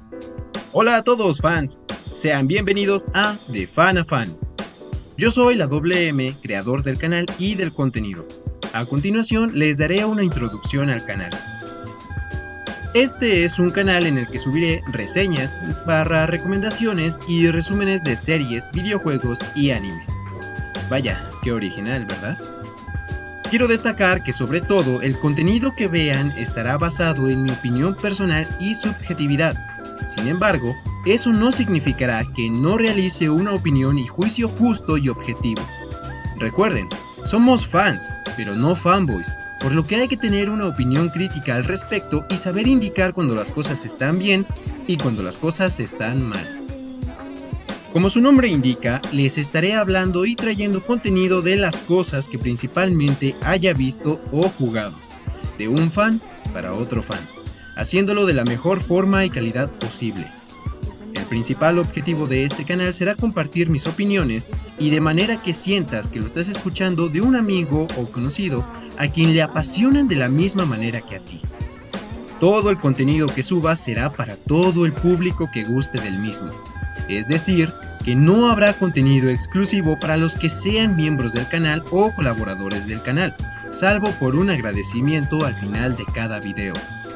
Hola a todos fans, sean bienvenidos a De Fan a Fan. Yo soy la WM, creador del canal y del contenido. A continuación les daré una introducción al canal. Este es un canal en el que subiré reseñas, recomendaciones y resúmenes de series, videojuegos y anime. Vaya, qué original, ¿verdad? Quiero destacar que sobre todo el contenido que vean estará basado en mi opinión personal y subjetividad. Sin embargo, eso no significará que no realice una opinión y juicio justo y objetivo. Recuerden, somos fans, pero no fanboys, por lo que hay que tener una opinión crítica al respecto y saber indicar cuando las cosas están bien y cuando las cosas están mal. Como su nombre indica, les estaré hablando y trayendo contenido de las cosas que principalmente haya visto o jugado, de un fan para otro fan, haciéndolo de la mejor forma y calidad posible. El principal objetivo de este canal será compartir mis opiniones y de manera que sientas que lo estás escuchando de un amigo o conocido a quien le apasionan de la misma manera que a ti. Todo el contenido que suba será para todo el público que guste del mismo, es decir, que no habrá contenido exclusivo para los que sean miembros del canal o colaboradores del canal, salvo por un agradecimiento al final de cada video.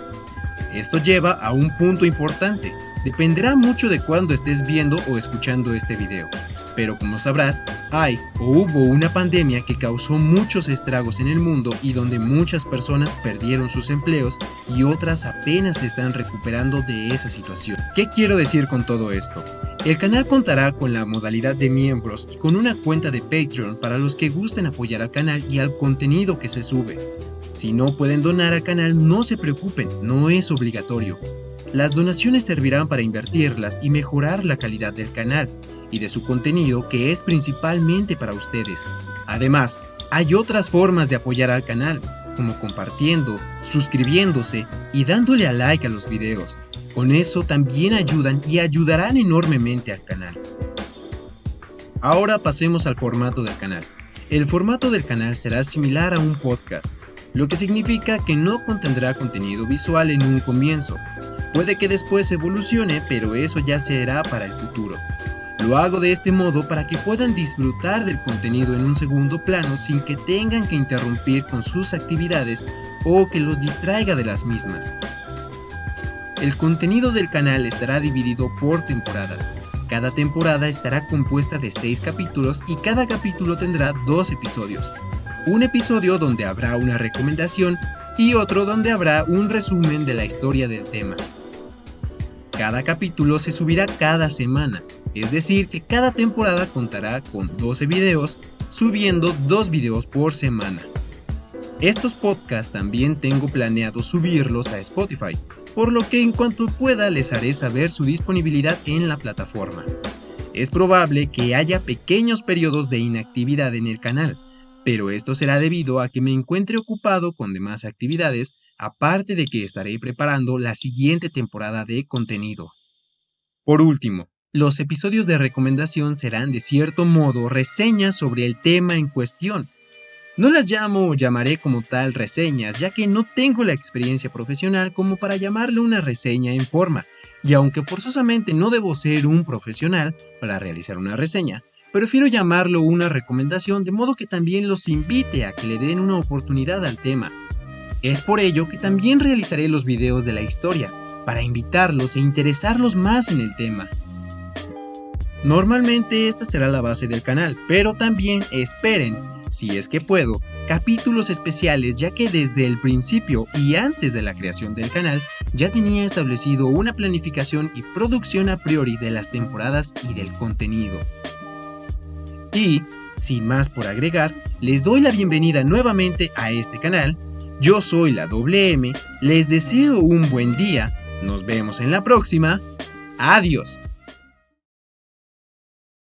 Esto lleva a un punto importante. Dependerá mucho de cuándo estés viendo o escuchando este video, pero como sabrás, hay o hubo una pandemia que causó muchos estragos en el mundo y donde muchas personas perdieron sus empleos y otras apenas se están recuperando de esa situación. ¿Qué quiero decir con todo esto? El canal contará con la modalidad de miembros y con una cuenta de Patreon para los que gusten apoyar al canal y al contenido que se sube. Si no pueden donar al canal, no se preocupen, no es obligatorio. Las donaciones servirán para invertirlas y mejorar la calidad del canal y de su contenido, que es principalmente para ustedes. Además, hay otras formas de apoyar al canal, como compartiendo, suscribiéndose y dándole a like a los videos. Con eso también ayudan y ayudarán enormemente al canal. Ahora pasemos al formato del canal. El formato del canal será similar a un podcast, lo que significa que no contendrá contenido visual en un comienzo. Puede que después evolucione, pero eso ya será para el futuro. Lo hago de este modo para que puedan disfrutar del contenido en un segundo plano sin que tengan que interrumpir con sus actividades o que los distraiga de las mismas. El contenido del canal estará dividido por temporadas. Cada temporada estará compuesta de 6 capítulos y cada capítulo tendrá 2 episodios. Un episodio donde habrá una recomendación y otro donde habrá un resumen de la historia del tema. Cada capítulo se subirá cada semana, es decir que cada temporada contará con 12 videos, subiendo 2 videos por semana. Estos podcasts también tengo planeado subirlos a Spotify, por lo que en cuanto pueda les haré saber su disponibilidad en la plataforma. Es probable que haya pequeños periodos de inactividad en el canal, pero esto será debido a que me encuentre ocupado con demás actividades, aparte de que estaré preparando la siguiente temporada de contenido. Por último, los episodios de recomendación serán de cierto modo reseñas sobre el tema en cuestión. No las llamo o llamaré como tal reseñas, ya que no tengo la experiencia profesional como para llamarle una reseña en forma, y aunque forzosamente no debo ser un profesional para realizar una reseña, prefiero llamarlo una recomendación, de modo que también los invite a que le den una oportunidad al tema. Es por ello que también realizaré los videos de la historia, para invitarlos e interesarlos más en el tema. Normalmente esta será la base del canal, pero también esperen, si es que puedo, capítulos especiales, ya que desde el principio y antes de la creación del canal ya tenía establecido una planificación y producción a priori de las temporadas y del contenido. Y, sin más por agregar, les doy la bienvenida nuevamente a este canal. Yo soy la WM, les deseo un buen día, nos vemos en la próxima, adiós.